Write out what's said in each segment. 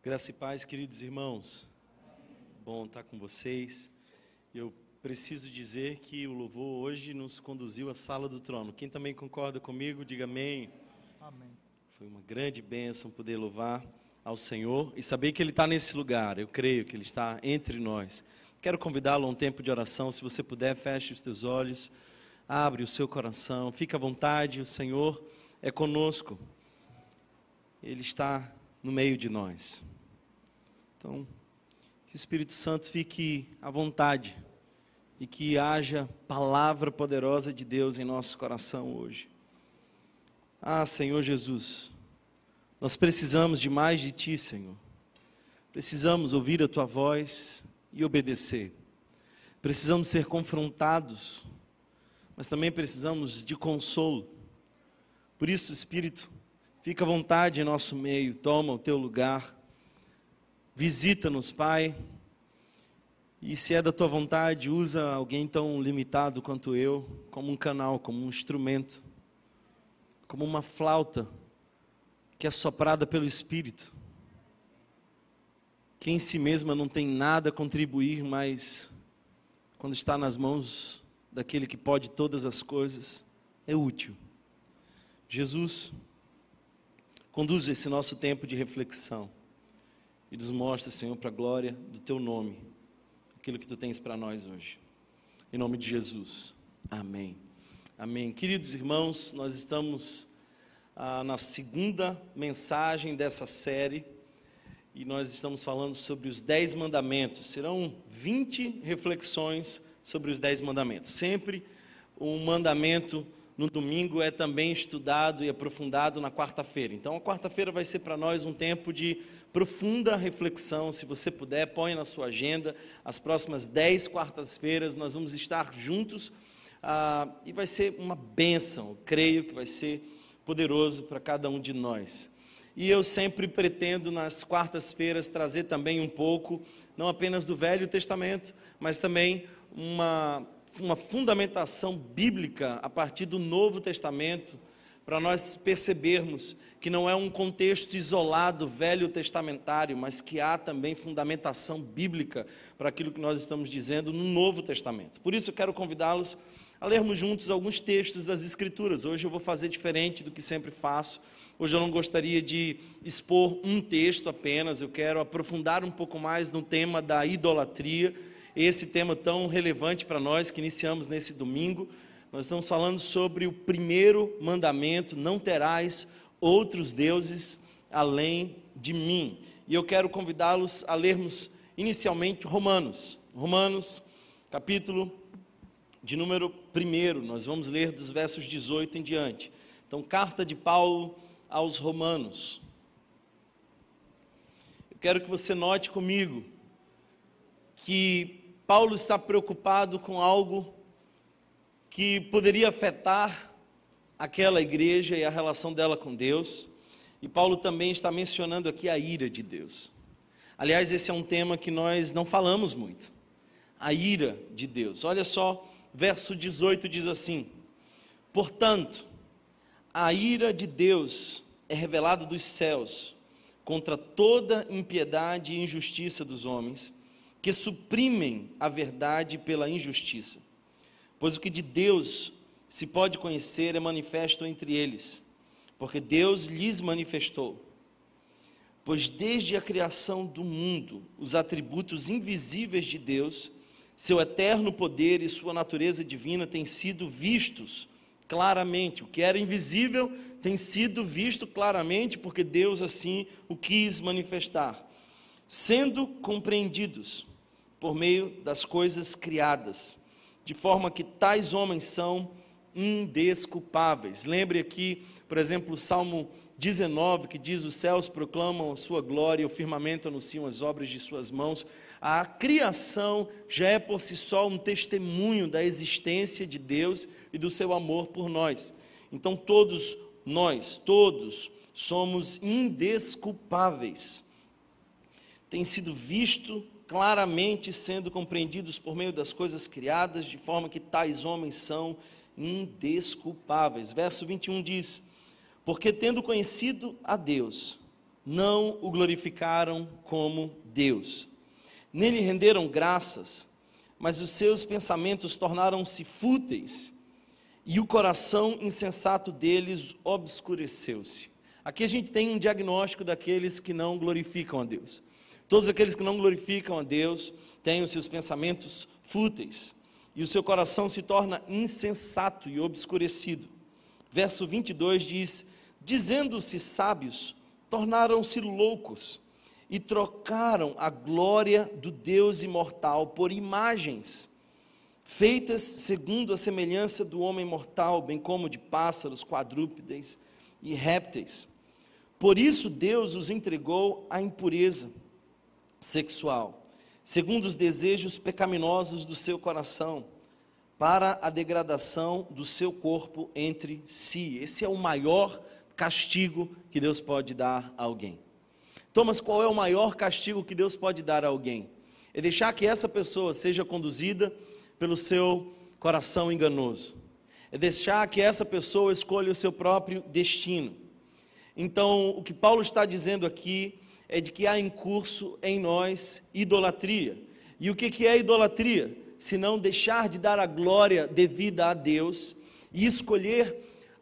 Graça e paz, queridos irmãos. Bom estar com vocês. Eu preciso dizer que o louvor hoje nos conduziu à sala do trono. Quem também concorda comigo, diga amém. Amém. Foi uma grande bênção poder louvar ao Senhor e saber que Ele está nesse lugar. Eu creio que Ele está entre nós. Quero convidá-lo a um tempo de oração. Se você puder, feche os teus olhos, abre o seu coração, fica à vontade. O Senhor é conosco. Ele está no meio de nós. Então, que o Espírito Santo fique à vontade e que haja palavra poderosa de Deus em nosso coração hoje. Ah, Senhor Jesus, nós precisamos de mais de Ti, Senhor. Precisamos ouvir a Tua voz e obedecer. Precisamos ser confrontados, mas também precisamos de consolo. Por isso, Espírito, fica à vontade em nosso meio, toma o Teu lugar. Visita-nos, Pai, e se é da Tua vontade, usa alguém tão limitado quanto eu, como um canal, como um instrumento, como uma flauta que é soprada pelo Espírito, que em si mesma não tem nada a contribuir, mas quando está nas mãos daquele que pode todas as coisas, é útil. Jesus, conduz esse nosso tempo de reflexão e nos mostra, Senhor, para a glória do Teu nome, aquilo que Tu tens para nós hoje. Em nome de Jesus. Amém. Amém. Queridos irmãos, nós estamos na segunda mensagem dessa série e nós estamos falando sobre os 10 mandamentos. Serão 20 reflexões sobre os 10 mandamentos. Sempre um mandamento no domingo é também estudado e aprofundado na quarta-feira. Então a quarta-feira vai ser para nós um tempo de profunda reflexão. Se você puder, põe na sua agenda as próximas 10 quartas-feiras, nós vamos estar juntos e vai ser uma bênção. Eu creio que vai ser poderoso para cada um de nós. E eu sempre pretendo nas quartas-feiras trazer também um pouco, não apenas do Velho Testamento, mas também uma fundamentação bíblica a partir do Novo Testamento, para nós percebermos que não é um contexto isolado velho testamentário, mas que há também fundamentação bíblica para aquilo que nós estamos dizendo no Novo Testamento. Por isso eu quero convidá-los a lermos juntos alguns textos das Escrituras. Hoje eu vou fazer diferente do que sempre faço. Hoje eu não gostaria de expor um texto apenas, eu quero aprofundar um pouco mais no tema da idolatria, esse tema tão relevante para nós que iniciamos nesse domingo. Nós estamos falando sobre o primeiro mandamento: não terás outros deuses além de mim. E eu quero convidá-los a lermos inicialmente Romanos, capítulo de número 1, nós vamos ler dos versos 18 em diante. Então, carta de Paulo aos Romanos. Eu quero que você note comigo que Paulo está preocupado com algo que poderia afetar aquela igreja e a relação dela com Deus. E Paulo também está mencionando aqui a ira de Deus. Aliás, esse é um tema que nós não falamos muito. A ira de Deus. Olha só, verso 18 diz assim: portanto, a ira de Deus é revelada dos céus contra toda impiedade e injustiça dos homens, que suprimem a verdade pela injustiça. Pois o que de Deus se pode conhecer é manifesto entre eles, porque Deus lhes manifestou. Pois desde a criação do mundo, os atributos invisíveis de Deus, seu eterno poder e sua natureza divina têm sido vistos claramente. O que era invisível tem sido visto claramente, porque Deus assim o quis manifestar, sendo compreendidos por meio das coisas criadas, de forma que tais homens são indesculpáveis. Lembre aqui, por exemplo, o Salmo 19, que diz: os céus proclamam a sua glória, o firmamento anunciam as obras de suas mãos. A criação já é por si só um testemunho da existência de Deus e do seu amor por nós. Então todos nós, somos indesculpáveis. Tem sido visto claramente, sendo compreendidos por meio das coisas criadas, de forma que tais homens são indesculpáveis. Verso 21 diz: porque tendo conhecido a Deus, não o glorificaram como Deus. Nele renderam graças, mas os seus pensamentos tornaram-se fúteis, e o coração insensato deles obscureceu-se. Aqui a gente tem um diagnóstico daqueles que não glorificam a Deus. Todos aqueles que não glorificam a Deus têm os seus pensamentos fúteis, e o seu coração se torna insensato e obscurecido. Verso 22 diz: dizendo-se sábios, tornaram-se loucos, e trocaram a glória do Deus imortal por imagens, feitas segundo a semelhança do homem mortal, bem como de pássaros, quadrúpedes e répteis. Por isso Deus os entregou à impureza sexual, segundo os desejos pecaminosos do seu coração, para a degradação do seu corpo entre si. Esse é o maior castigo que Deus pode dar a alguém. Thomas, qual é o maior castigo que Deus pode dar a alguém? É deixar que essa pessoa seja conduzida pelo seu coração enganoso. É deixar que essa pessoa escolha o seu próprio destino. Então, o que Paulo está dizendo aqui é de que há em curso em nós idolatria. E o que é idolatria? Se não deixar de dar a glória devida a Deus e escolher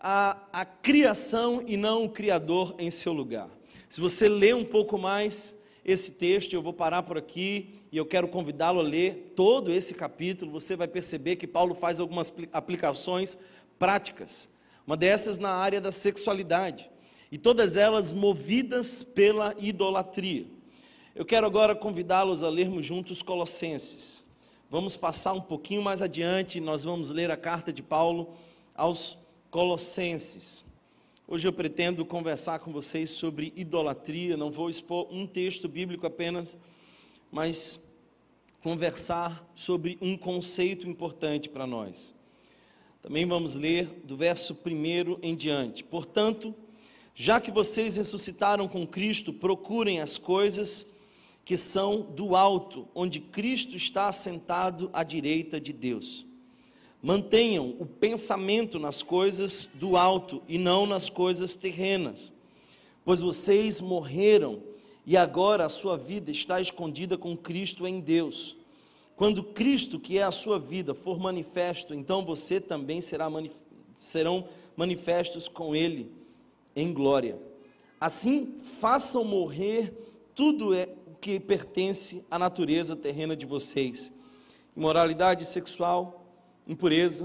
a criação e não o Criador em seu lugar. Se você ler um pouco mais esse texto, eu vou parar por aqui e eu quero convidá-lo a ler todo esse capítulo. Você vai perceber que Paulo faz algumas aplicações práticas, uma dessas na área da sexualidade, e todas elas movidas pela idolatria. Eu quero agora convidá-los a lermos juntos Colossenses. Vamos passar um pouquinho mais adiante, nós vamos ler a carta de Paulo aos Colossenses. Hoje eu pretendo conversar com vocês sobre idolatria, não vou expor um texto bíblico apenas, mas conversar sobre um conceito importante para nós. Também vamos ler do verso 1 em diante. Portanto, já que vocês ressuscitaram com Cristo, procurem as coisas que são do alto, onde Cristo está assentado à direita de Deus. Mantenham o pensamento nas coisas do alto e não nas coisas terrenas, pois vocês morreram e agora a sua vida está escondida com Cristo em Deus. Quando Cristo, que é a sua vida, for manifesto, então você também serão manifestos com Ele em glória. Assim, façam morrer tudo o que pertence à natureza terrena de vocês: imoralidade sexual, impureza,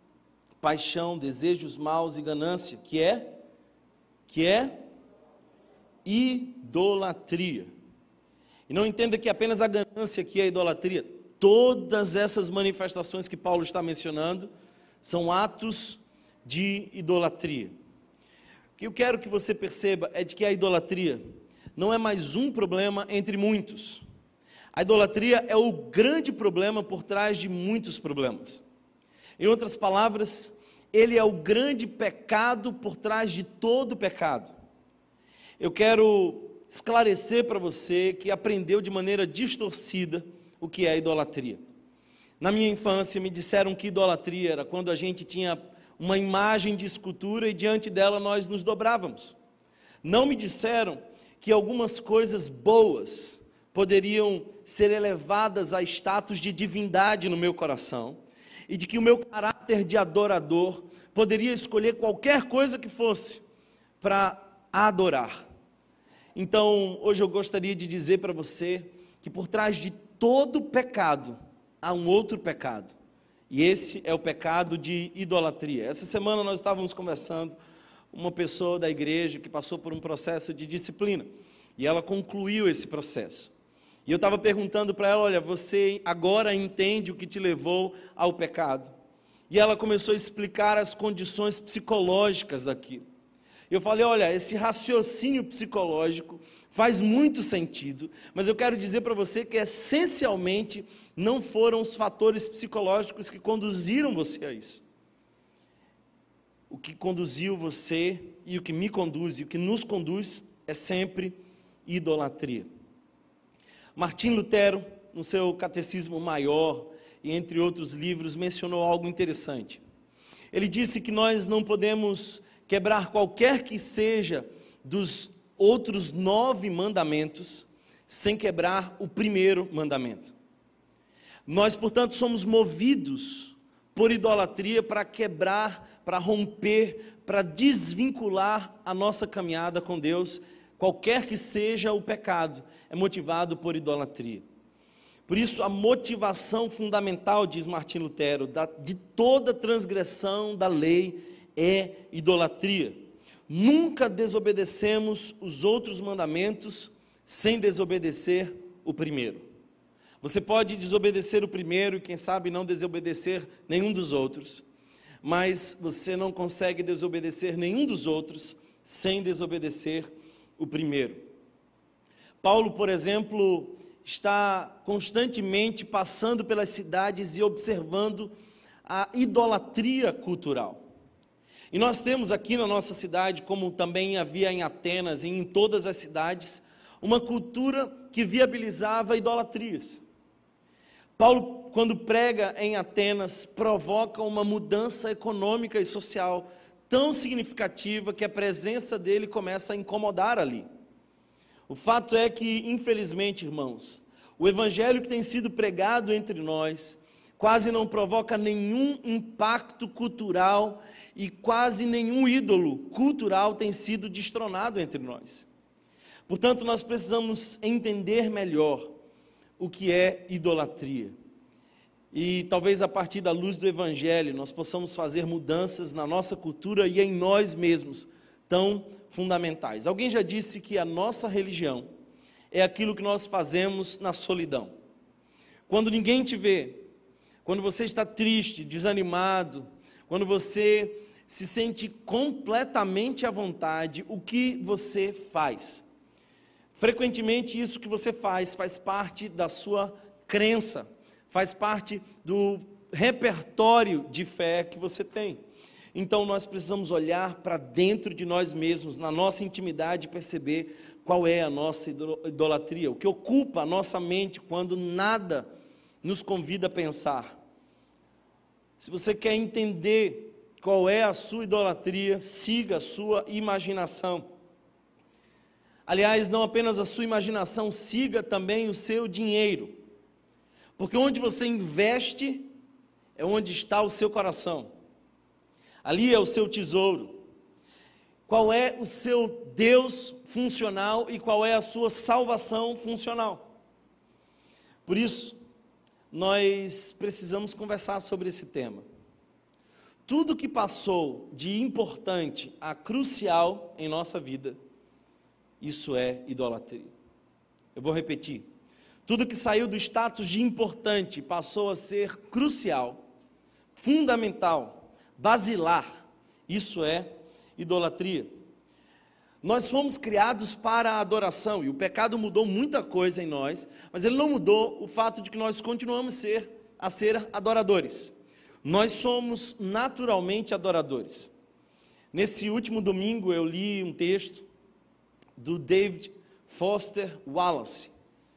paixão, desejos maus e ganância, que é idolatria. E não entenda que apenas a ganância aqui é idolatria. Todas essas manifestações que Paulo está mencionando são atos de idolatria. O que eu quero que você perceba é de que a idolatria não é mais um problema entre muitos. A idolatria é o grande problema por trás de muitos problemas. Em outras palavras, ele é o grande pecado por trás de todo pecado. Eu quero esclarecer para você que aprendeu de maneira distorcida o que é idolatria. Na minha infância me disseram que idolatria era quando a gente tinha uma imagem de escultura e diante dela nós nos dobrávamos. Não me disseram que algumas coisas boas poderiam ser elevadas a status de divindade no meu coração, e de que o meu caráter de adorador poderia escolher qualquer coisa que fosse para adorar. Então, hoje eu gostaria de dizer para você que por trás de todo pecado há um outro pecado, e esse é o pecado de idolatria. Essa semana nós estávamos conversando com uma pessoa da igreja que passou por um processo de disciplina, e ela concluiu esse processo. E eu estava perguntando para ela: olha, você agora entende o que te levou ao pecado? E ela começou a explicar as condições psicológicas daquilo. Eu falei: olha, esse raciocínio psicológico faz muito sentido, mas eu quero dizer para você que essencialmente não foram os fatores psicológicos que conduziram você a isso. O que conduziu você e o que me conduz e o que nos conduz é sempre idolatria. Martim Lutero, no seu Catecismo Maior, e entre outros livros, mencionou algo interessante. Ele disse que nós não podemos quebrar qualquer que seja dos outros 9 mandamentos sem quebrar o primeiro mandamento. Nós, portanto, somos movidos por idolatria para quebrar, para romper, para desvincular a nossa caminhada com Deus. Qualquer que seja o pecado, é motivado por idolatria. Por isso, a motivação fundamental, diz Martim Lutero, de toda transgressão da lei é idolatria. Nunca desobedecemos os outros mandamentos sem desobedecer o primeiro. Você pode desobedecer o primeiro e quem sabe não desobedecer nenhum dos outros, mas você não consegue desobedecer nenhum dos outros sem desobedecer o primeiro. Paulo, por exemplo, está constantemente passando pelas cidades e observando a idolatria cultural. E nós temos aqui na nossa cidade, como também havia em Atenas e em todas as cidades, uma cultura que viabilizava idolatrias. Paulo, quando prega em Atenas, provoca uma mudança econômica e social tão significativa que a presença dele começa a incomodar ali. O fato é que, infelizmente, irmãos, o evangelho que tem sido pregado entre nós quase não provoca nenhum impacto cultural e quase nenhum ídolo cultural tem sido destronado entre nós. Portanto, nós precisamos entender melhor o que é idolatria. E talvez a partir da luz do evangelho nós possamos fazer mudanças na nossa cultura e em nós mesmos, tão fundamentais. Alguém já disse que a nossa religião é aquilo que nós fazemos na solidão. Quando ninguém te vê, quando você está triste, desanimado, quando você se sente completamente à vontade, o que você faz? Frequentemente isso que você faz parte da sua crença, faz parte do repertório de fé que você tem. Então nós precisamos olhar para dentro de nós mesmos, na nossa intimidade, e perceber qual é a nossa idolatria, o que ocupa a nossa mente quando nada nos convida a pensar. Se você quer entender qual é a sua idolatria, siga a sua imaginação. Aliás, não apenas a sua imaginação, siga também o seu dinheiro. Porque onde você investe é onde está o seu coração. Ali é o seu tesouro. Qual é o seu Deus funcional e qual é a sua salvação funcional? Por isso, nós precisamos conversar sobre esse tema. Tudo que passou de importante a crucial em nossa vida, isso é idolatria. Eu vou repetir. Tudo que saiu do status de importante passou a ser crucial, fundamental, basilar, isso é idolatria. Nós fomos criados para a adoração e o pecado mudou muita coisa em nós, mas ele não mudou o fato de que nós continuamos a ser adoradores. Nós somos naturalmente adoradores. Nesse último domingo eu li um texto do David Foster Wallace,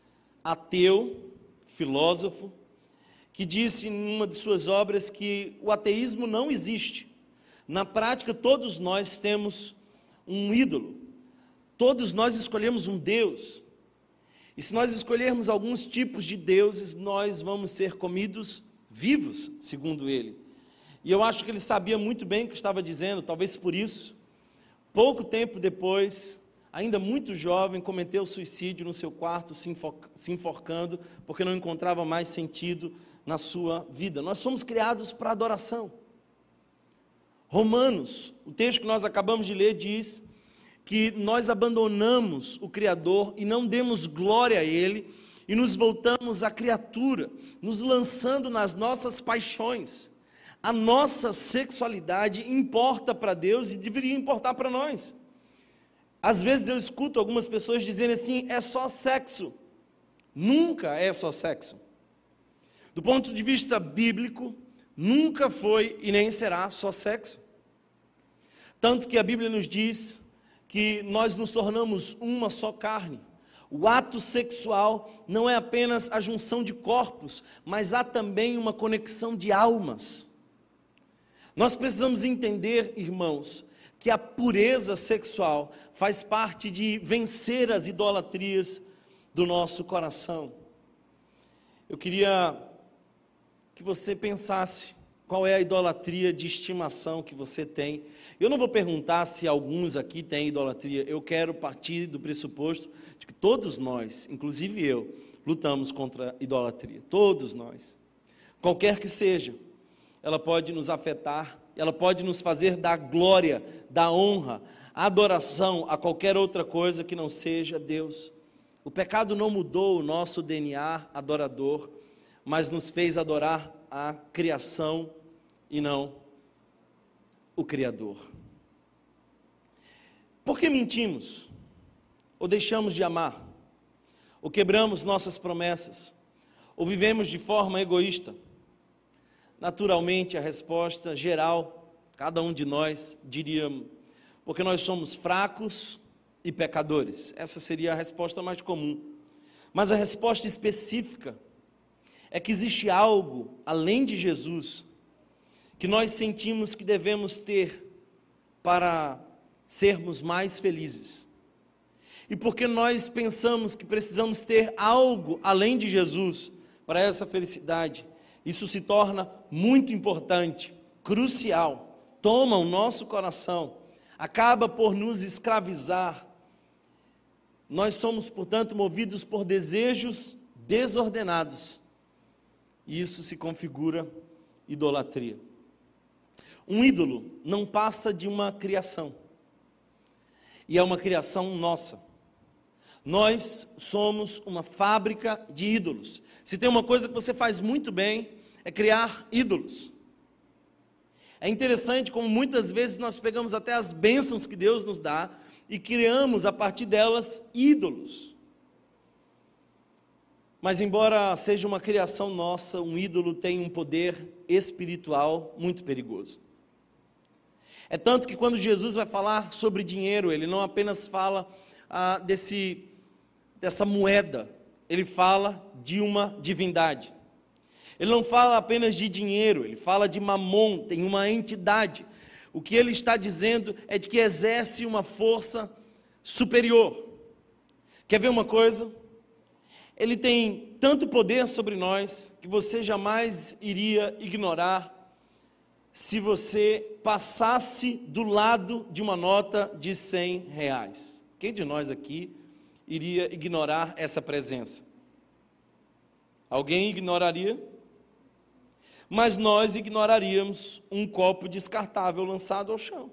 ateu, filósofo, que disse em uma de suas obras que o ateísmo não existe. Na prática, todos nós temos um ídolo, todos nós escolhemos um Deus, e se nós escolhermos alguns tipos de deuses, nós vamos ser comidos vivos, segundo ele. E eu acho que ele sabia muito bem o que estava dizendo, talvez por isso, pouco tempo depois, ainda muito jovem, cometeu suicídio no seu quarto, se enforcando, porque não encontrava mais sentido na sua vida. Nós somos criados para adoração. Romanos, o texto que nós acabamos de ler, diz que nós abandonamos o Criador e não demos glória a Ele, e nos voltamos à criatura, nos lançando nas nossas paixões. A nossa sexualidade importa para Deus e deveria importar para nós. Às vezes eu escuto algumas pessoas dizendo assim, é só sexo. Nunca é só sexo. Do ponto de vista bíblico, nunca foi e nem será só sexo. Tanto que a Bíblia nos diz que nós nos tornamos uma só carne. O ato sexual não é apenas a junção de corpos, mas há também uma conexão de almas. Nós precisamos entender, irmãos, que a pureza sexual faz parte de vencer as idolatrias do nosso coração. Eu queria que você pensasse qual é a idolatria de estimação que você tem. Eu não vou perguntar se alguns aqui têm idolatria, eu quero partir do pressuposto de que todos nós, inclusive eu, lutamos contra a idolatria, todos nós. Qualquer que seja, ela pode nos afetar, ela pode nos fazer dar glória, dar honra, adoração a qualquer outra coisa que não seja Deus. O pecado não mudou o nosso DNA adorador, mas nos fez adorar a criação e não o Criador. Por que mentimos? Ou deixamos de amar? Ou quebramos nossas promessas? Ou vivemos de forma egoísta? Naturalmente, a resposta geral, cada um de nós diria, porque nós somos fracos e pecadores. Essa seria a resposta mais comum. Mas a resposta específica é que existe algo além de Jesus que nós sentimos que devemos ter para sermos mais felizes. E porque nós pensamos que precisamos ter algo além de Jesus para essa felicidade, isso se torna muito importante, crucial, toma o nosso coração, acaba por nos escravizar. Nós somos, portanto, movidos por desejos desordenados, e isso se configura idolatria. Um ídolo não passa de uma criação, e é uma criação nossa. Nós somos uma fábrica de ídolos. Se tem uma coisa que você faz muito bem, é criar ídolos. É interessante como muitas vezes nós pegamos até as bênçãos que Deus nos dá e criamos a partir delas ídolos. Mas embora seja uma criação nossa, um ídolo tem um poder espiritual muito perigoso. É tanto que quando Jesus vai falar sobre dinheiro, ele não apenas fala dessa moeda, ele fala de uma divindade. Ele não fala apenas de dinheiro, ele fala de mamon, tem uma entidade. O que ele está dizendo é de que exerce uma força superior. Quer ver uma coisa? Ele tem tanto poder sobre nós que você jamais iria ignorar se você passasse do lado de uma nota de R$100. Quem de nós aqui iria ignorar essa presença? Alguém ignoraria? Mas nós ignoraríamos um copo descartável lançado ao chão.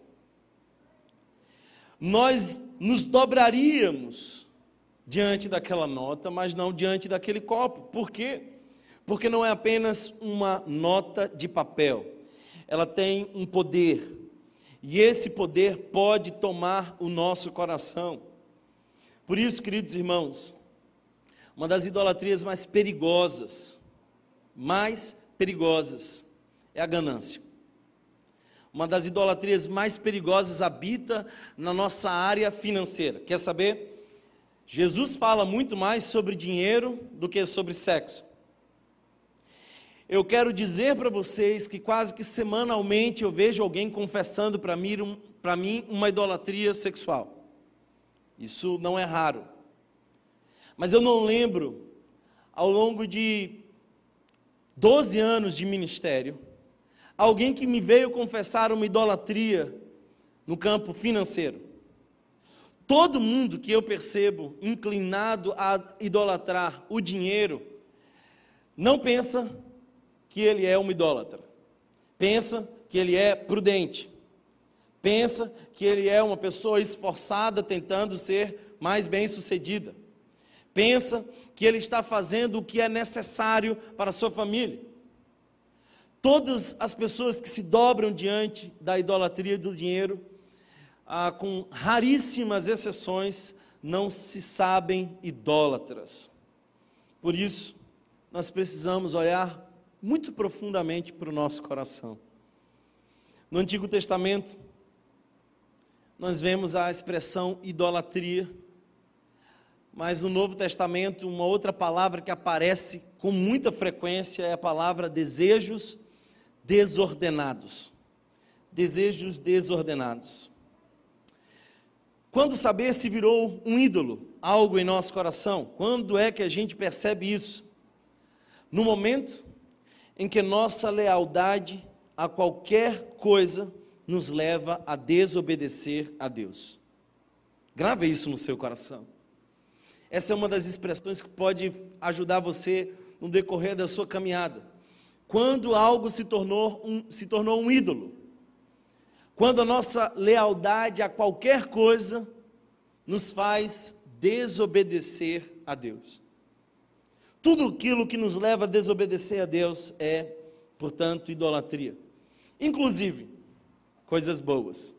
Nós nos dobraríamos diante daquela nota, mas não diante daquele copo. Por quê? Porque não é apenas uma nota de papel. Ela tem um poder. E esse poder pode tomar o nosso coração. Por isso, queridos irmãos, uma das idolatrias mais perigosas é a ganância. Uma das idolatrias mais perigosas habita na nossa área financeira. Quer saber? Jesus fala muito mais sobre dinheiro do que sobre sexo. Eu quero dizer para vocês que quase que semanalmente eu vejo alguém confessando para mim uma idolatria sexual. Isso não é raro. Mas eu não lembro, ao longo de 12 anos de ministério, alguém que me veio confessar uma idolatria no campo financeiro. Todo mundo que eu percebo inclinado a idolatrar o dinheiro, não pensa que ele é um idólatra. Pensa que ele é prudente. Pensa que ele é uma pessoa esforçada tentando ser mais bem-sucedida. Pensa que ele está fazendo o que é necessário para a sua família. Todas as pessoas que se dobram diante da idolatria do dinheiro, com raríssimas exceções, não se sabem idólatras. Por isso, nós precisamos olhar muito profundamente para o nosso coração. No Antigo Testamento, nós vemos a expressão idolatria, mas no Novo Testamento, uma outra palavra que aparece com muita frequência é a palavra desejos desordenados. Desejos desordenados. Quando saber se virou um ídolo, algo em nosso coração? Quando é que a gente percebe isso? No momento em que nossa lealdade a qualquer coisa nos leva a desobedecer a Deus. Grave isso no seu coração. Essa é uma das expressões que pode ajudar você no decorrer da sua caminhada. Quando algo se tornou um ídolo. Quando a nossa lealdade a qualquer coisa nos faz desobedecer a Deus. Tudo aquilo que nos leva a desobedecer a Deus é, portanto, idolatria. Inclusive, coisas boas.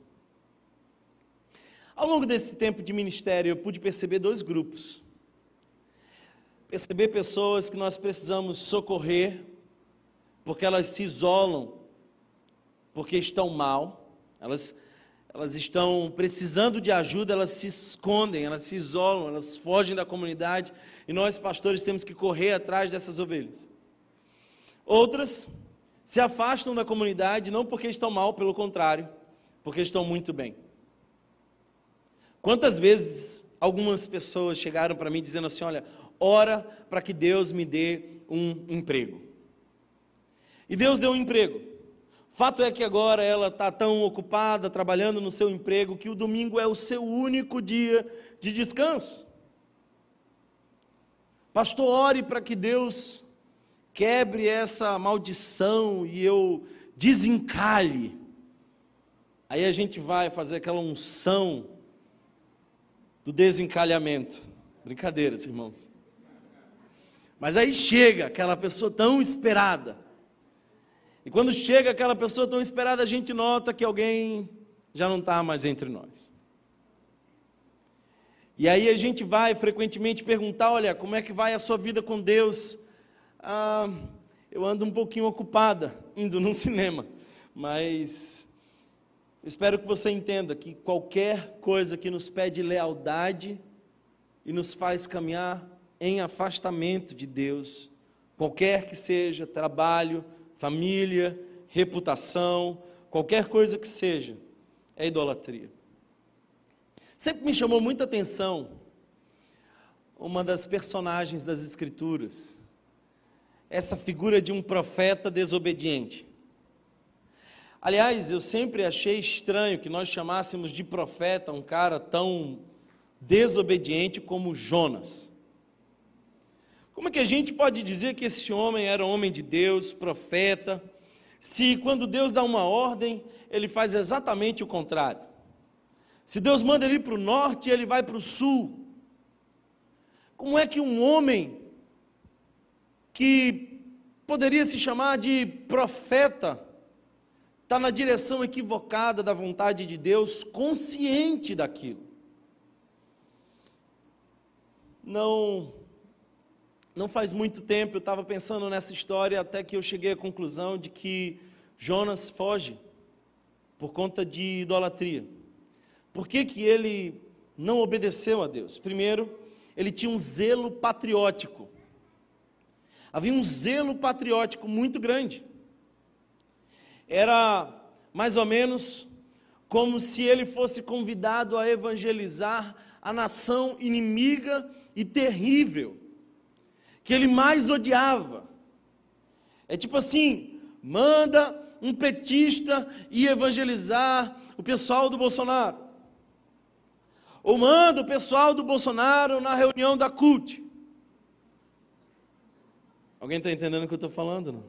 Ao longo desse tempo de ministério, eu pude perceber dois grupos. Perceber pessoas que nós precisamos socorrer, porque elas se isolam, porque estão mal, elas estão precisando de ajuda, elas se escondem, elas se isolam, elas fogem da comunidade, e nós, pastores, temos que correr atrás dessas ovelhas. Outras se afastam da comunidade, não porque estão mal, pelo contrário, porque estão muito bem. Quantas vezes algumas pessoas chegaram para mim dizendo assim: olha, ora para que Deus me dê um emprego. E Deus deu um emprego. Fato é que agora ela está tão ocupada, trabalhando no seu emprego, que o domingo é o seu único dia de descanso. Pastor, ore para que Deus quebre essa maldição e eu desencalhe. Aí a gente vai fazer aquela unção do desencalhamento. Brincadeiras, irmãos. Mas aí chega aquela pessoa tão esperada. E quando chega aquela pessoa tão esperada, a gente nota que alguém já não está mais entre nós. E aí a gente vai frequentemente perguntar: olha, como é que vai a sua vida com Deus? Eu ando um pouquinho ocupada, indo num cinema. Mas eu espero que você entenda que qualquer coisa que nos pede lealdade e nos faz caminhar em afastamento de Deus, qualquer que seja, trabalho, família, reputação, qualquer coisa que seja, é idolatria. Sempre me chamou muita atenção uma das personagens das Escrituras, essa figura de um profeta desobediente. Aliás, eu sempre achei estranho que nós chamássemos de profeta um cara tão desobediente como Jonas. Como é que a gente pode dizer que esse homem era homem de Deus, profeta, se quando Deus dá uma ordem, ele faz exatamente o contrário? Se Deus manda ele ir para o norte, ele vai para o sul. Como é que um homem que poderia se chamar de profeta está na direção equivocada da vontade de Deus, consciente daquilo? Não faz muito tempo eu estava pensando nessa história, até que eu cheguei à conclusão de que Jonas foge por conta de idolatria. Por que que ele não obedeceu a Deus? Primeiro, ele tinha um zelo patriótico. Havia um zelo patriótico muito grande. Era mais ou menos como se ele fosse convidado a evangelizar a nação inimiga e terrível que ele mais odiava. É tipo assim: manda um petista ir evangelizar o pessoal do Bolsonaro, ou manda o pessoal do Bolsonaro na reunião da CUT. Alguém está entendendo o que eu estou falando, não?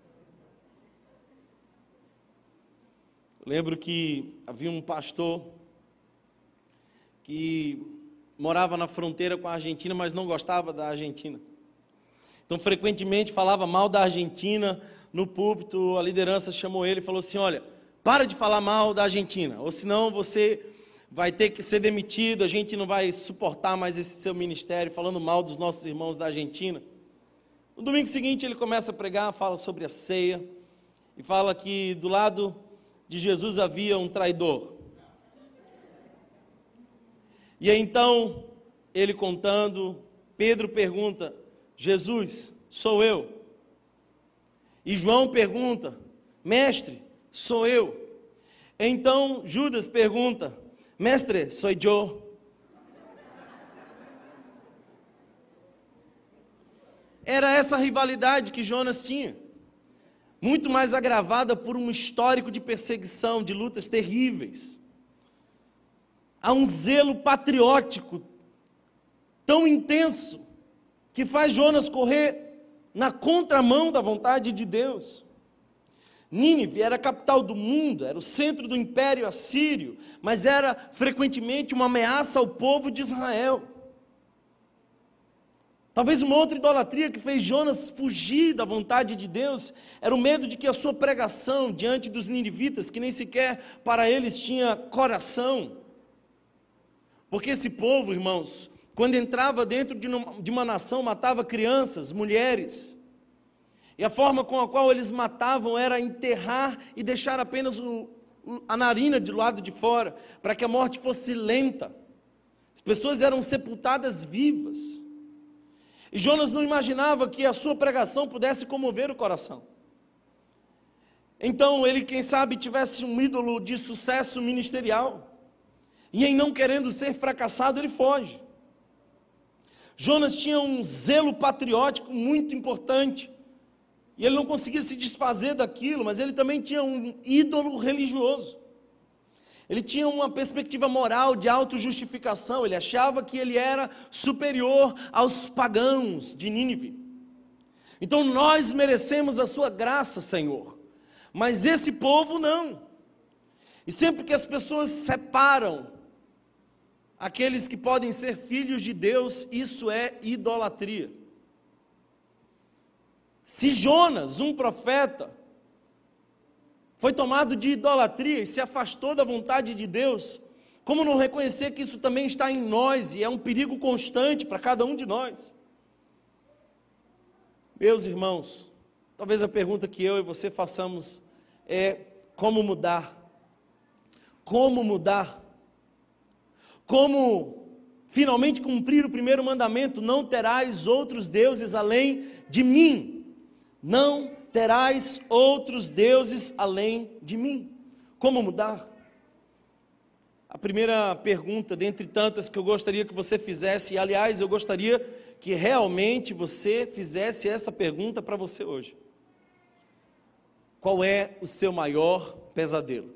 Eu lembro que havia um pastor que morava na fronteira com a Argentina, mas não gostava da Argentina. Então, frequentemente falava mal da Argentina no púlpito. A liderança chamou ele e falou assim: olha, para de falar mal da Argentina, ou senão você vai ter que ser demitido, a gente não vai suportar mais esse seu ministério falando mal dos nossos irmãos da Argentina. No domingo seguinte ele começa a pregar, fala sobre a ceia, e fala que do lado de Jesus havia um traidor. E aí então, ele contando, Pedro pergunta: Jesus, sou eu? E João pergunta: mestre, sou eu? Então Judas pergunta: Mestre, sou eu. Era essa rivalidade que Jonas tinha, muito mais agravada por um histórico de perseguição, de lutas terríveis. Há um zelo patriótico tão intenso que faz Jonas correr na contramão da vontade de Deus. Nínive era a capital do mundo, era o centro do império assírio, mas era frequentemente uma ameaça ao povo de Israel. Talvez uma outra idolatria que fez Jonas fugir da vontade de Deus era o medo de que a sua pregação diante dos ninivitas, que nem sequer para eles tinha coração, porque esse povo, irmãos, quando entrava dentro de uma nação, matava crianças, mulheres, e a forma com a qual eles matavam era enterrar e deixar apenas a narina do lado de fora, para que a morte fosse lenta. As pessoas eram sepultadas vivas. E Jonas não imaginava que a sua pregação pudesse comover o coração. Então ele, quem sabe, tivesse um ídolo de sucesso ministerial, e em não querendo ser fracassado, ele foge. Jonas tinha um zelo patriótico muito importante, e ele não conseguia se desfazer daquilo, mas ele também tinha um ídolo religioso. Ele tinha uma perspectiva moral de autojustificação, ele achava que ele era superior aos pagãos de Nínive. Então nós merecemos a sua graça, Senhor, mas esse povo não. E sempre que as pessoas separam aqueles que podem ser filhos de Deus, isso é idolatria. Se Jonas, um profeta, foi tomado de idolatria e se afastou da vontade de Deus, como não reconhecer que isso também está em nós e é um perigo constante para cada um de nós? Meus irmãos, talvez a pergunta que eu e você façamos é: como mudar? Como mudar? Como finalmente cumprir o primeiro mandamento: não terás outros deuses além de mim. Não terás outros deuses além de mim. Como mudar? A primeira pergunta, dentre tantas que eu gostaria que você fizesse, e aliás, eu gostaria que realmente você fizesse essa pergunta para você hoje: qual é o seu maior pesadelo?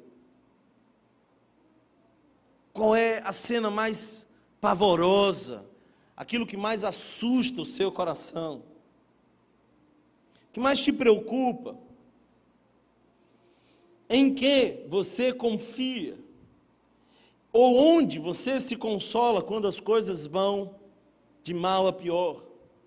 Qual é a cena mais pavorosa, aquilo que mais assusta o seu coração? O que mais te preocupa? Em que você confia? Ou onde você se consola quando as coisas vão de mal a pior?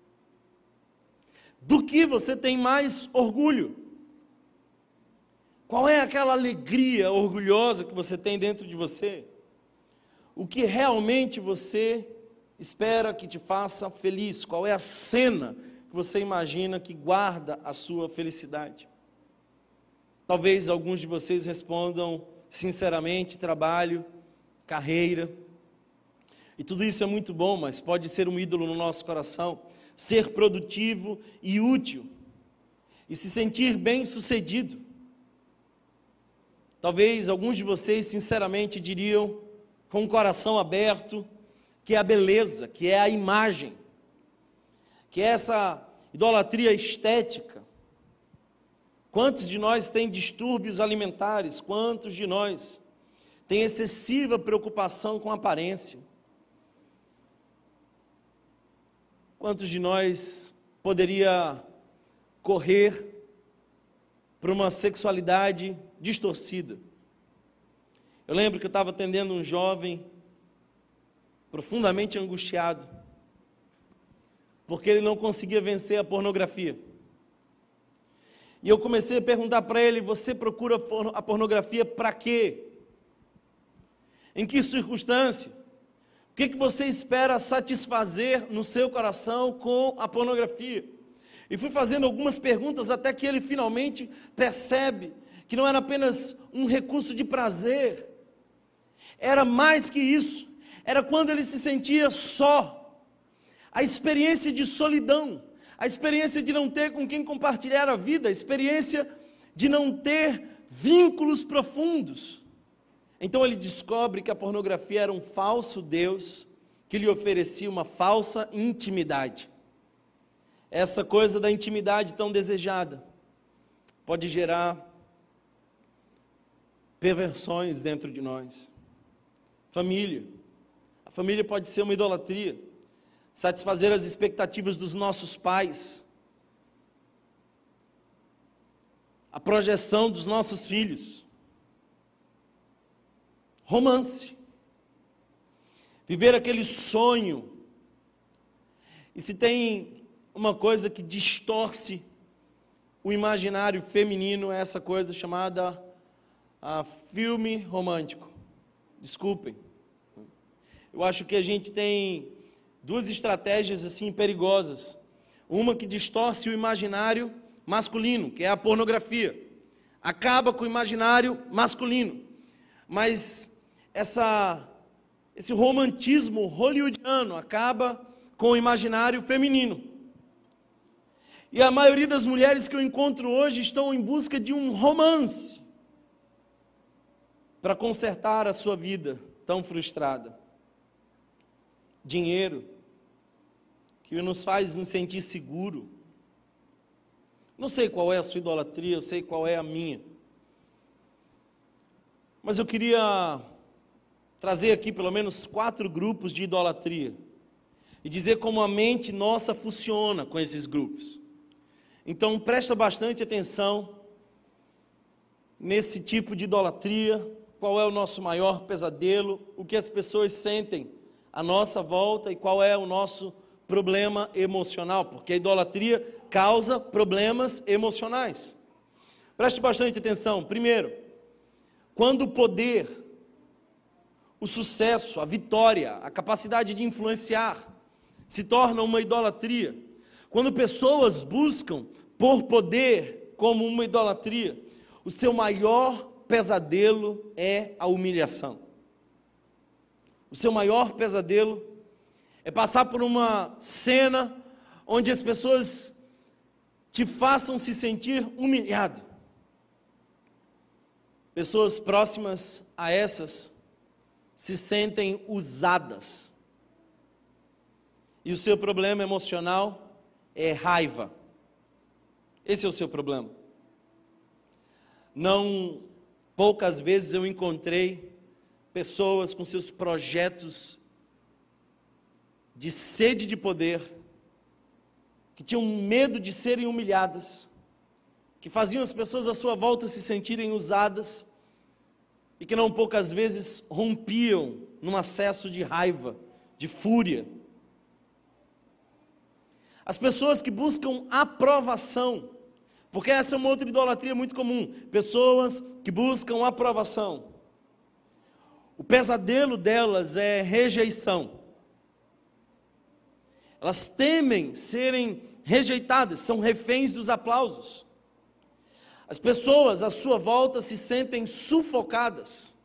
Do que você tem mais orgulho? Qual é aquela alegria orgulhosa que você tem dentro de você? O que realmente você espera que te faça feliz? Qual é a cena que você imagina que guarda a sua felicidade? Talvez alguns de vocês respondam sinceramente: trabalho, carreira. E tudo isso é muito bom, mas pode ser um ídolo no nosso coração. Ser produtivo e útil, e se sentir bem-sucedido. Talvez alguns de vocês sinceramente diriam, com o coração aberto, que é a beleza, que é a imagem, que é essa idolatria estética. Quantos de nós têm distúrbios alimentares? Quantos de nós têm excessiva preocupação com a aparência? Quantos de nós poderia correr para uma sexualidade distorcida? Eu lembro que eu estava atendendo um jovem profundamente angustiado, porque ele não conseguia vencer a pornografia. E eu comecei a perguntar para ele: você procura a pornografia para quê? Em que circunstância? O que você espera satisfazer no seu coração com a pornografia? E fui fazendo algumas perguntas até que ele finalmente percebe que não era apenas um recurso de prazer, era mais que isso. Era quando ele se sentia só, a experiência de solidão, a experiência de não ter com quem compartilhar a vida, a experiência de não ter vínculos profundos. Então ele descobre que a pornografia era um falso Deus que lhe oferecia uma falsa intimidade. Essa coisa da intimidade tão desejada pode gerar perversões dentro de nós. Família. A família pode ser uma idolatria. Satisfazer as expectativas dos nossos pais. A projeção dos nossos filhos. Romance. Viver aquele sonho. E se tem uma coisa que distorce o imaginário feminino, é essa coisa chamada filme romântico. Desculpem. Eu acho que a gente tem duas estratégias assim perigosas. Uma que distorce o imaginário masculino, que é a pornografia. Acaba com o imaginário masculino. Mas esse romantismo hollywoodiano acaba com o imaginário feminino. E a maioria das mulheres que eu encontro hoje estão em busca de um romance para consertar a sua vida tão frustrada. Dinheiro, que nos faz nos sentir seguro. Não sei qual é a sua idolatria, eu sei qual é a minha. Mas eu queria trazer aqui pelo menos 4 grupos de idolatria e dizer como a mente nossa funciona com esses grupos. Então presta bastante atenção nesse tipo de idolatria, qual é o nosso maior pesadelo, o que as pessoas sentem à nossa volta e qual é o nosso problema emocional, porque a idolatria causa problemas emocionais. Preste bastante atenção. Primeiro, quando o poder, o sucesso, a vitória, a capacidade de influenciar se torna uma idolatria, quando pessoas buscam por poder como uma idolatria, o seu maior pesadelo é a humilhação. O seu maior pesadelo é passar por uma cena onde as pessoas te façam se sentir humilhado. Pessoas próximas a essas se sentem usadas. E o seu problema emocional é raiva. Esse é o seu problema. Não poucas vezes eu encontrei pessoas com seus projetos de sede de poder, que tinham medo de serem humilhadas, que faziam as pessoas à sua volta se sentirem usadas, e que não poucas vezes rompiam num acesso de raiva, de fúria. As pessoas que buscam aprovação, porque essa é uma outra idolatria muito comum, pessoas que buscam aprovação. O pesadelo delas é rejeição. Elas temem serem rejeitadas, são reféns dos aplausos. As pessoas à sua volta se sentem sufocadas.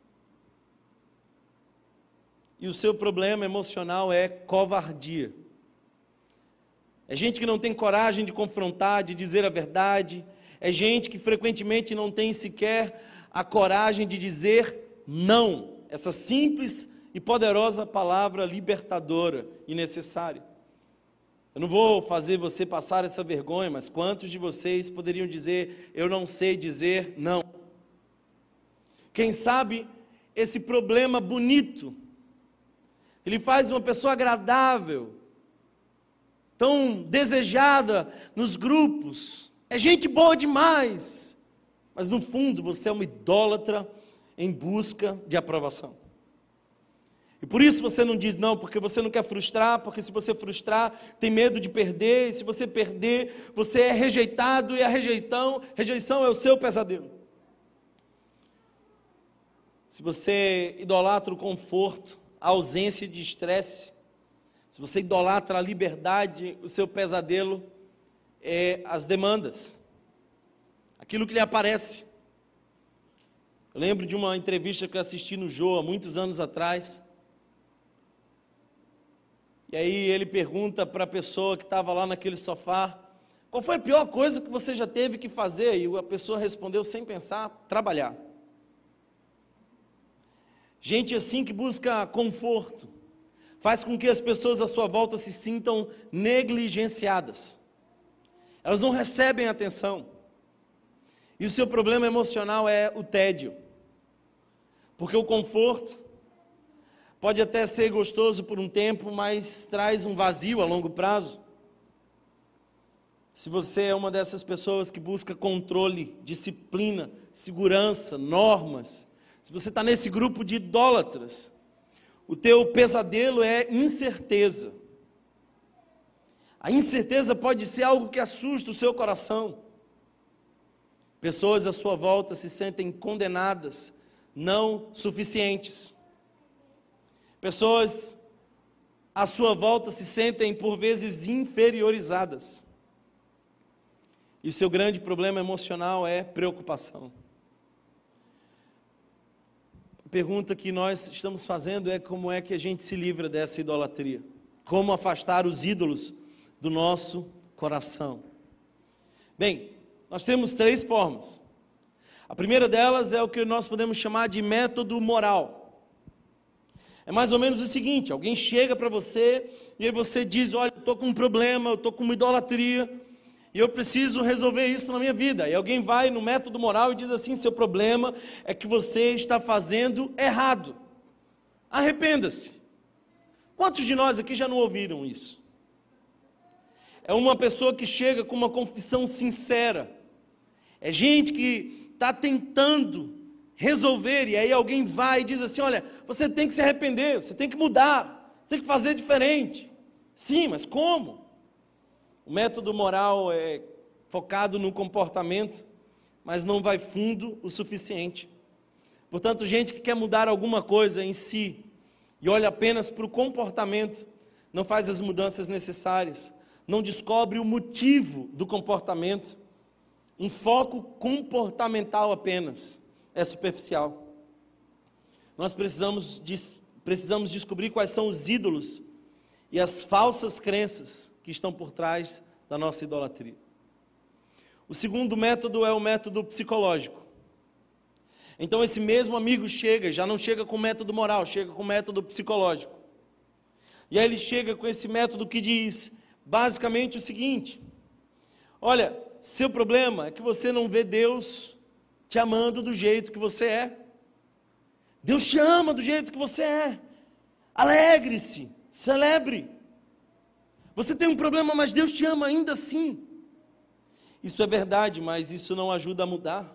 E o seu problema emocional é covardia. É gente que não tem coragem de confrontar, de dizer a verdade. É gente que frequentemente não tem sequer a coragem de dizer não. Essa simples e poderosa palavra libertadora e necessária. Eu não vou fazer você passar essa vergonha, mas quantos de vocês poderiam dizer, eu não sei dizer não? Quem sabe esse problema bonito, ele faz uma pessoa agradável, tão desejada nos grupos, é gente boa demais, mas no fundo você é uma idólatra em busca de aprovação. E por isso você não diz não, porque você não quer frustrar, porque se você frustrar, tem medo de perder, e se você perder, você é rejeitado, e a rejeição é o seu pesadelo. Se você idolatra o conforto, a ausência de estresse, se você idolatra a liberdade, o seu pesadelo é as demandas, aquilo que lhe aparece. Eu lembro de uma entrevista que eu assisti no Jô, há muitos anos atrás, e aí ele pergunta para a pessoa que estava lá naquele sofá, qual foi a pior coisa que você já teve que fazer? E a pessoa respondeu sem pensar, trabalhar. Gente assim que busca conforto, faz com que as pessoas à sua volta se sintam negligenciadas. Elas não recebem atenção. E o seu problema emocional é o tédio. Porque o conforto pode até ser gostoso por um tempo, mas traz um vazio a longo prazo. Se você é uma dessas pessoas que busca controle, disciplina, segurança, normas, se você está nesse grupo de idólatras, o teu pesadelo é incerteza. A incerteza pode ser algo que assusta o seu coração. Pessoas à sua volta se sentem condenadas, não suficientes. Pessoas à sua volta se sentem, por vezes, inferiorizadas. E o seu grande problema emocional é preocupação. A pergunta que nós estamos fazendo é como é que a gente se livra dessa idolatria? Como afastar os ídolos do nosso coração? Bem, nós temos 3 formas. A primeira delas é o que nós podemos chamar de método moral. É mais ou menos o seguinte: alguém chega para você e aí você diz, olha, eu estou com um problema, eu estou com uma idolatria, e eu preciso resolver isso na minha vida. E alguém vai no método moral e diz assim, seu problema é que você está fazendo errado. Arrependa-se. Quantos de nós aqui já não ouviram isso? É uma pessoa que chega com uma confissão sincera. É gente que está tentando resolver, e aí alguém vai e diz assim, olha, você tem que se arrepender, você tem que mudar, você tem que fazer diferente. Sim, mas como? O método moral é focado no comportamento, mas não vai fundo o suficiente. Portanto, gente que quer mudar alguma coisa em si, e olha apenas para o comportamento, não faz as mudanças necessárias, não descobre o motivo do comportamento. Um foco comportamental apenas é superficial. Nós precisamos descobrir quais são os ídolos e as falsas crenças que estão por trás da nossa idolatria. O segundo método é o método psicológico. Então esse mesmo amigo chega, já não chega com método moral, chega com método psicológico. E aí ele chega com esse método que diz basicamente o seguinte: olha, seu problema é que você não vê Deus te amando do jeito que você é. Deus te ama do jeito que você é. Alegre-se, celebre. Você tem um problema, mas Deus te ama ainda assim. Isso é verdade, mas isso não ajuda a mudar.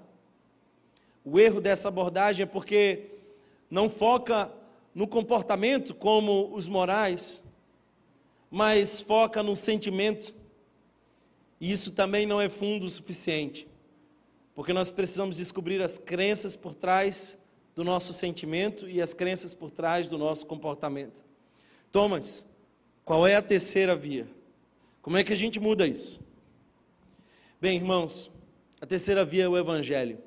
O erro dessa abordagem é porque não foca no comportamento como os morais, mas foca no sentimento. E isso também não é fundo o suficiente, porque nós precisamos descobrir as crenças por trás do nosso sentimento e as crenças por trás do nosso comportamento. Thomas, qual é a terceira via? Como é que a gente muda isso? Bem, irmãos, a terceira via é o Evangelho.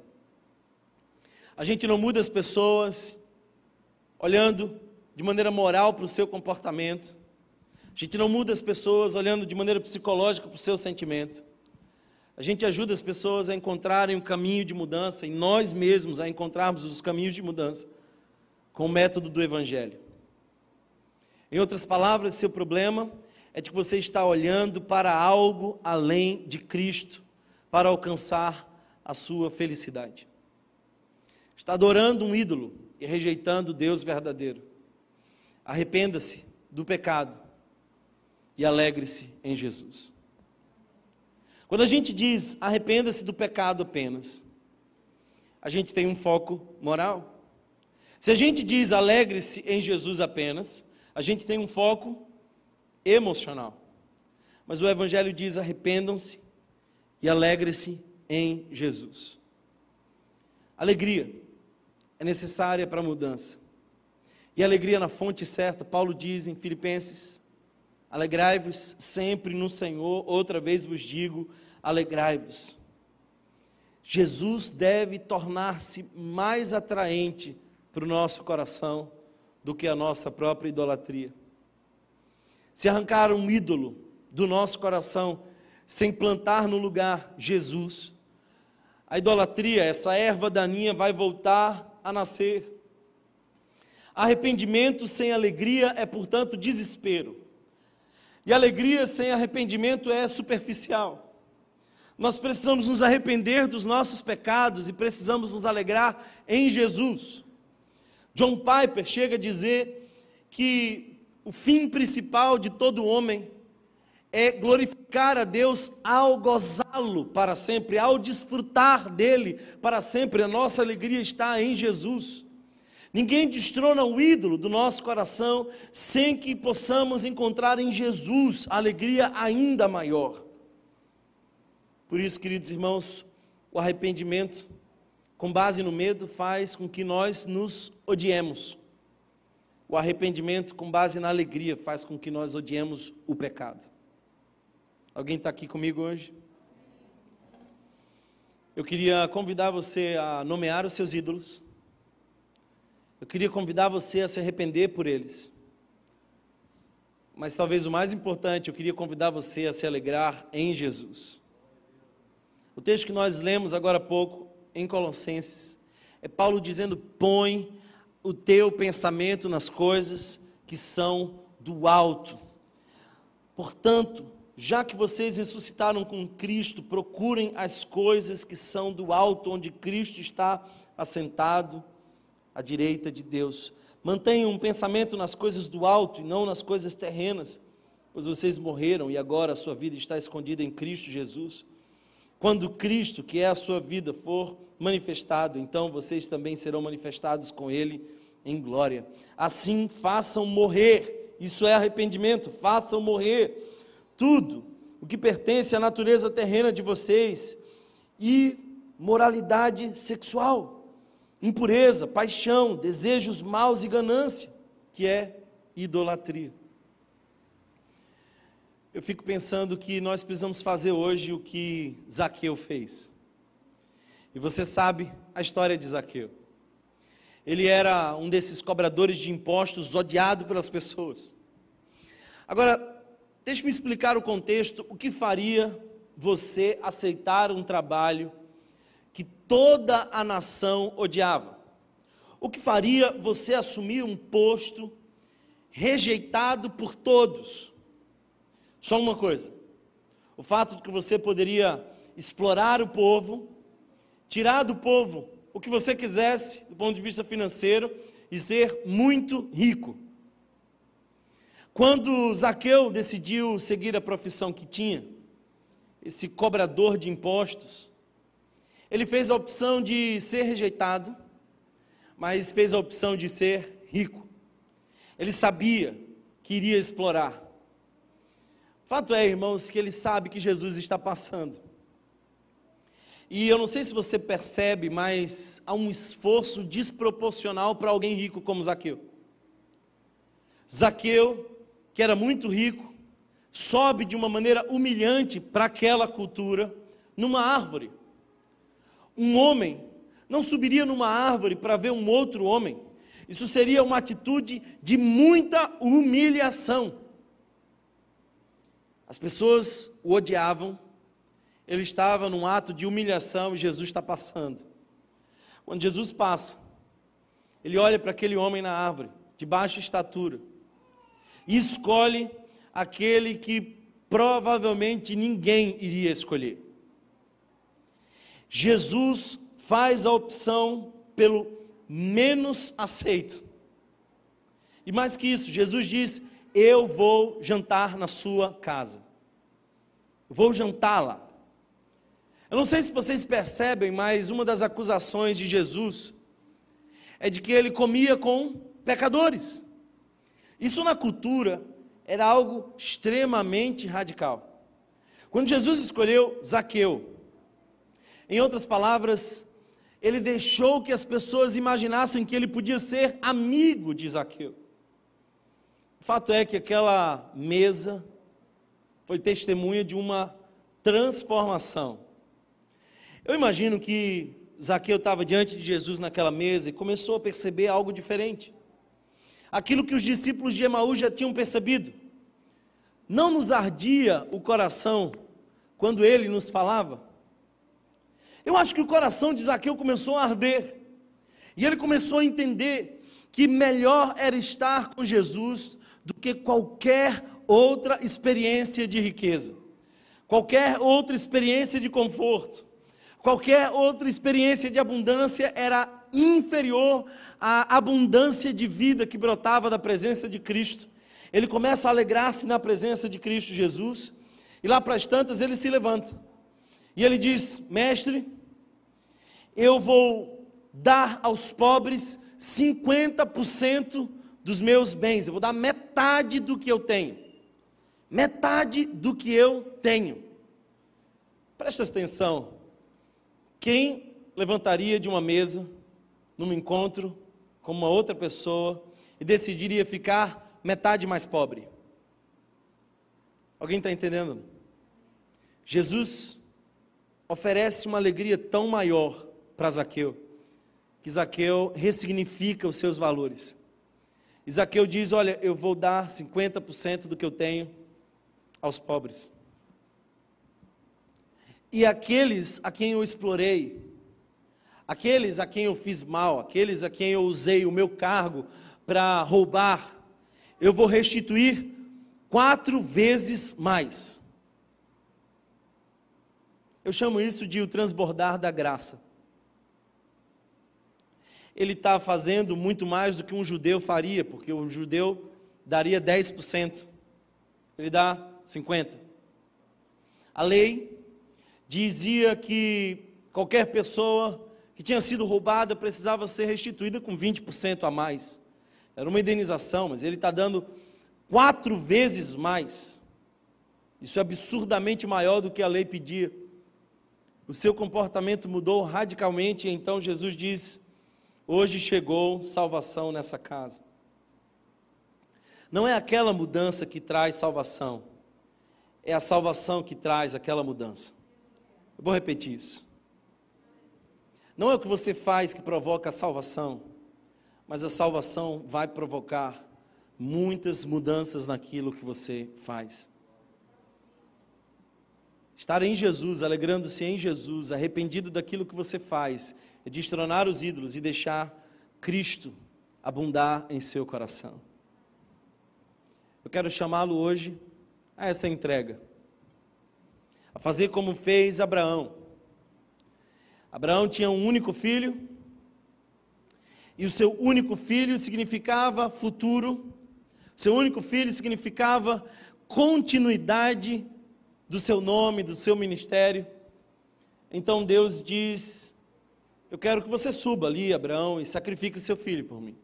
A gente não muda as pessoas olhando de maneira moral para o seu comportamento. A gente não muda as pessoas olhando de maneira psicológica para o seu sentimento. A gente ajuda as pessoas a encontrarem um caminho de mudança e nós mesmos a encontrarmos os caminhos de mudança com o método do Evangelho. Em outras palavras, seu problema é de que você está olhando para algo além de Cristo para alcançar a sua felicidade. Está adorando um ídolo e rejeitando o Deus verdadeiro. Arrependa-se do pecado e alegre-se em Jesus. Quando a gente diz arrependa-se do pecado apenas, a gente tem um foco moral. Se a gente diz alegre-se em Jesus apenas, a gente tem um foco emocional. Mas o Evangelho diz arrependam-se e alegre-se em Jesus. Alegria é necessária para a mudança. E alegria na fonte certa, Paulo diz em Filipenses: alegrai-vos sempre no Senhor, outra vez vos digo, alegrai-vos. Jesus deve tornar-se mais atraente para o nosso coração do que a nossa própria idolatria. Se arrancar um ídolo do nosso coração, sem plantar no lugar Jesus, a idolatria, essa erva daninha vai voltar a nascer. Arrependimento sem alegria é, portanto, desespero. E alegria sem arrependimento é superficial. Nós precisamos nos arrepender dos nossos pecados e precisamos nos alegrar em Jesus. John Piper chega a dizer que o fim principal de todo homem é glorificar a Deus ao gozá-lo para sempre, ao desfrutar dele para sempre. A nossa alegria está em Jesus. Ninguém destrona o ídolo do nosso coração sem que possamos encontrar em Jesus a alegria ainda maior. Por isso, queridos irmãos, o arrependimento, com base no medo, faz com que nós nos odiemos. O arrependimento, com base na alegria, faz com que nós odiemos o pecado. Alguém está aqui comigo hoje? Eu queria convidar você a nomear os seus ídolos. Eu queria convidar você a se arrepender por eles. Mas talvez o mais importante, eu queria convidar você a se alegrar em Jesus. O texto que nós lemos agora há pouco, em Colossenses, é Paulo dizendo: põe o teu pensamento nas coisas que são do alto. Portanto, já que vocês ressuscitaram com Cristo, procurem as coisas que são do alto, onde Cristo está assentado à direita de Deus. Mantenham um pensamento nas coisas do alto e não nas coisas terrenas, pois vocês morreram e agora a sua vida está escondida em Cristo Jesus. Quando Cristo, que é a sua vida, for manifestado, então vocês também serão manifestados com Ele em glória. Assim façam morrer, isso é arrependimento, façam morrer tudo o que pertence à natureza terrena de vocês, e moralidade sexual, impureza, paixão, desejos maus e ganância, que é idolatria. Eu fico pensando que nós precisamos fazer hoje o que Zaqueu fez. E você sabe a história de Zaqueu. Ele era um desses cobradores de impostos, odiado pelas pessoas. Agora, deixe-me explicar o contexto. O que faria você aceitar um trabalho que toda a nação odiava? O que faria você assumir um posto rejeitado por todos? Só uma coisa: o fato de que você poderia explorar o povo, tirar do povo o que você quisesse do ponto de vista financeiro e ser muito rico. Quando Zaqueu decidiu seguir a profissão que tinha, esse cobrador de impostos, ele fez a opção de ser rejeitado, mas fez a opção de ser rico. Ele sabia que iria explorar. Fato é, irmãos, que ele sabe que Jesus está passando. E eu não sei se você percebe, mas há um esforço desproporcional para alguém rico como Zaqueu. Zaqueu, que era muito rico, sobe de uma maneira humilhante para aquela cultura, numa árvore. Um homem não subiria numa árvore para ver um outro homem. Isso seria uma atitude de muita humilhação. As pessoas o odiavam, ele estava num ato de humilhação e Jesus está passando. Quando Jesus passa, ele olha para aquele homem na árvore, de baixa estatura, e escolhe aquele que provavelmente ninguém iria escolher. Jesus faz a opção pelo menos aceito. E mais que isso, Jesus diz: eu vou jantar na sua casa. Vou jantar lá. Eu não sei se vocês percebem, mas uma das acusações de Jesus é de que ele comia com pecadores. Isso na cultura era algo extremamente radical. Quando Jesus escolheu Zaqueu, em outras palavras, ele deixou que as pessoas imaginassem que ele podia ser amigo de Zaqueu. O fato é que aquela mesa foi testemunha de uma transformação. Eu imagino que Zaqueu estava diante de Jesus naquela mesa e começou a perceber algo diferente. Aquilo que os discípulos de Emaús já tinham percebido. Não nos ardia o coração quando ele nos falava? Eu acho que o coração de Zaqueu começou a arder. E ele começou a entender que melhor era estar com Jesus do que qualquer outra experiência de riqueza, qualquer outra experiência de conforto, qualquer outra experiência de abundância era inferior à abundância de vida que brotava da presença de Cristo. Ele começa a alegrar-se na presença de Cristo Jesus, e lá para as tantas ele se levanta, e ele diz: mestre, eu vou dar aos pobres 50% dos meus bens, eu vou dar metade do que eu tenho, metade do que eu tenho. Presta atenção, quem levantaria de uma mesa, num encontro com uma outra pessoa, e decidiria ficar metade mais pobre? Alguém está entendendo? Jesus oferece uma alegria tão maior para Zaqueu, que Zaqueu ressignifica os seus valores. E Zaqueu diz: olha, eu vou dar 50% do que eu tenho aos pobres. E aqueles a quem eu explorei, aqueles a quem eu fiz mal, aqueles a quem eu usei o meu cargo para roubar, eu vou restituir 4 vezes mais. Eu chamo isso de o transbordar da graça. Ele está fazendo muito mais do que um judeu faria, porque o judeu daria 10%, ele dá 50%. A lei dizia que qualquer pessoa que tinha sido roubada precisava ser restituída com 20% a mais. Era uma indenização, mas ele está dando 4 vezes mais. Isso é absurdamente maior do que a lei pedia. O seu comportamento mudou radicalmente, e então Jesus diz: hoje chegou salvação nessa casa. Não é aquela mudança que traz salvação, é a salvação que traz aquela mudança. Eu vou repetir isso. Não é o que você faz que provoca a salvação, mas a salvação vai provocar muitas mudanças naquilo que você faz. Estar em Jesus, alegrando-se em Jesus, arrependido daquilo que você faz, é destronar os ídolos e deixar Cristo abundar em seu coração. Eu quero chamá-lo hoje a essa entrega, a fazer como fez Abraão. Abraão tinha um único filho, e o seu único filho significava futuro, seu único filho significava continuidade do seu nome, do seu ministério. Então Deus diz: eu quero que você suba ali, Abraão, e sacrifique o seu filho por mim.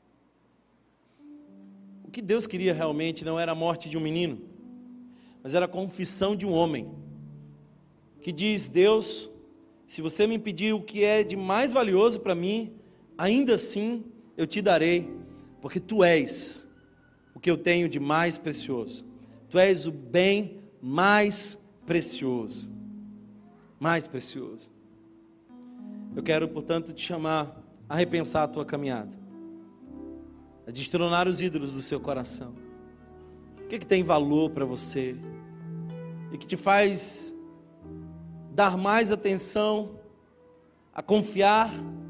O que Deus queria realmente não era a morte de um menino, mas era a confissão de um homem, que diz: Deus, se você me pedir o que é de mais valioso para mim, ainda assim eu te darei, porque tu és o que eu tenho de mais precioso, tu és o bem mais precioso, mais precioso. Eu quero, portanto, te chamar a repensar a tua caminhada, a destronar os ídolos do seu coração. O que tem valor para você e que te faz dar mais atenção, a confiar,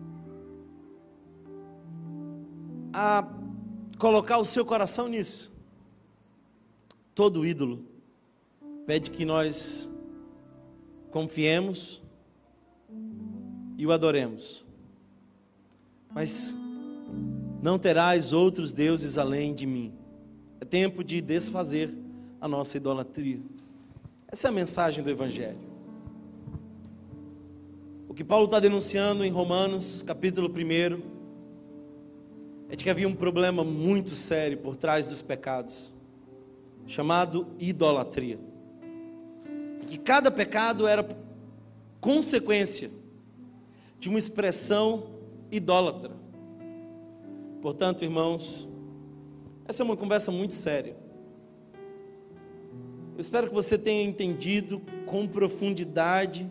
a colocar o seu coração nisso? Todo ídolo pede que nós confiemos e o adoremos, mas não terás outros deuses além de mim. É tempo de desfazer a nossa idolatria. Essa é a mensagem do Evangelho. O que Paulo está denunciando em Romanos, capítulo 1, é de que havia um problema muito sério por trás dos pecados, chamado idolatria. E que cada pecado era consequência de uma expressão idólatra. Portanto, irmãos, essa é uma conversa muito séria. Eu espero que você tenha entendido com profundidade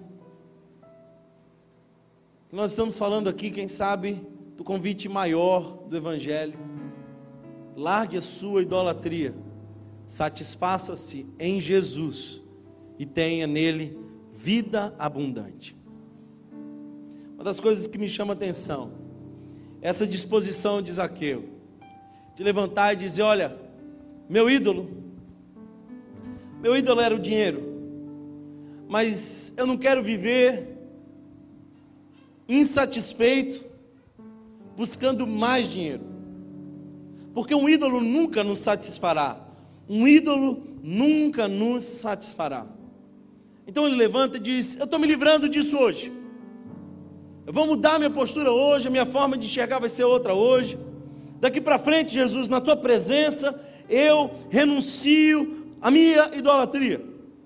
que nós estamos falando aqui, quem sabe, do convite maior do Evangelho. Largue a sua idolatria, satisfaça-se em Jesus e tenha nele vida abundante. Uma das coisas que me chama a atenção essa disposição de Zaqueu, de levantar e dizer: olha, meu ídolo era o dinheiro, mas eu não quero viver insatisfeito, buscando mais dinheiro, porque um ídolo nunca nos satisfará, um ídolo nunca nos satisfará. Então ele levanta e diz: eu estou me livrando disso hoje, eu vou mudar minha postura hoje, a minha forma de enxergar vai ser outra hoje. Daqui para frente, Jesus, na tua presença, eu renuncio à minha idolatria.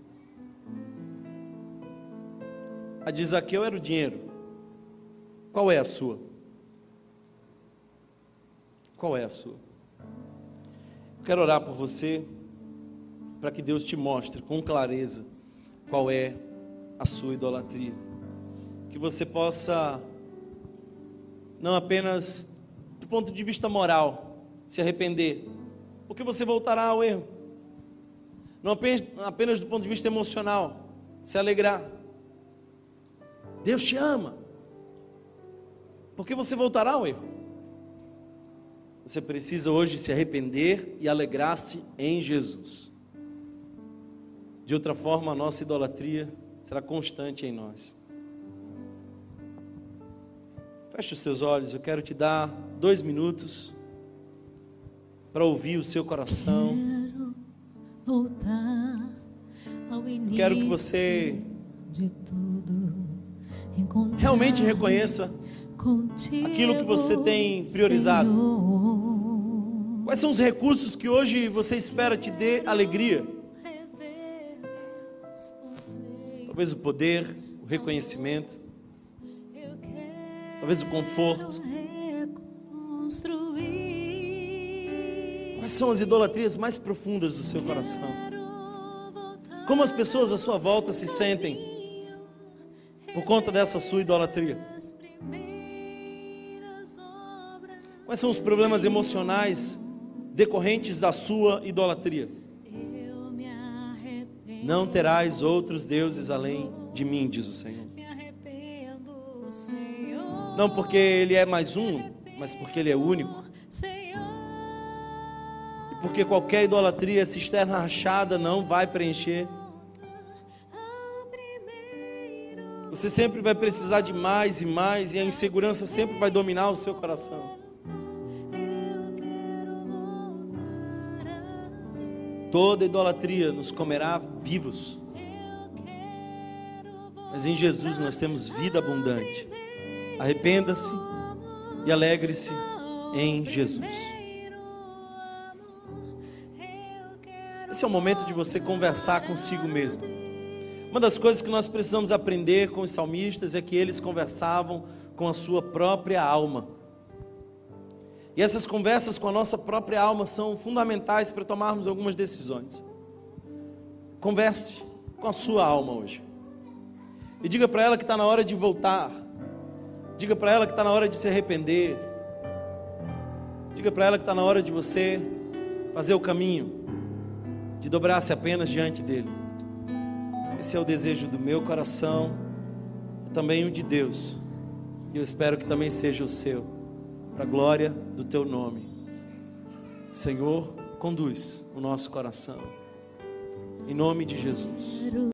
A de Zaqueu era o dinheiro. Qual é a sua? Qual é a sua? Eu quero orar por você, para que Deus te mostre com clareza qual é a sua idolatria. Que você possa, não apenas do ponto de vista moral, se arrepender, porque você voltará ao erro. Não apenas do ponto de vista emocional, se alegrar. Deus te ama, porque você voltará ao erro. Você precisa hoje se arrepender e alegrar-se em Jesus. De outra forma, a nossa idolatria será constante em nós. Feche os seus olhos, eu quero te dar 2 minutos para ouvir o seu coração. Quero voltar ao início, Quero que você de tudo, realmente reconheça aquilo que você tem priorizado. Senhor. Quais são os recursos que hoje você espera te dê alegria? Talvez o poder, o reconhecimento, talvez o conforto. Quais são as idolatrias mais profundas do seu coração? Como as pessoas à sua volta se sentem por conta dessa sua idolatria? Quais são os problemas emocionais decorrentes da sua idolatria? Não terás outros deuses além de mim, diz o Senhor. Não porque Ele é mais um, mas porque Ele é único. E porque qualquer idolatria cisterna rachada não vai preencher. Você sempre vai precisar de mais e mais, e a insegurança sempre vai dominar o seu coração. Toda idolatria nos comerá vivos, mas em Jesus nós temos vida abundante. Arrependa-se e alegre-se em Jesus. Esse é o momento de você conversar consigo mesmo. Uma das coisas que nós precisamos aprender com os salmistas é que eles conversavam com a sua própria alma. E essas conversas com a nossa própria alma são fundamentais para tomarmos algumas decisões. Converse com a sua alma hoje. E diga para ela que está na hora de voltar. Diga para ela que está na hora de se arrepender. Diga para ela que está na hora de você fazer o caminho, de dobrar-se apenas diante dele. Esse é o desejo do meu coração, também o de Deus. E eu espero que também seja o seu, para a glória do teu nome. Senhor, conduz o nosso coração, em nome de Jesus.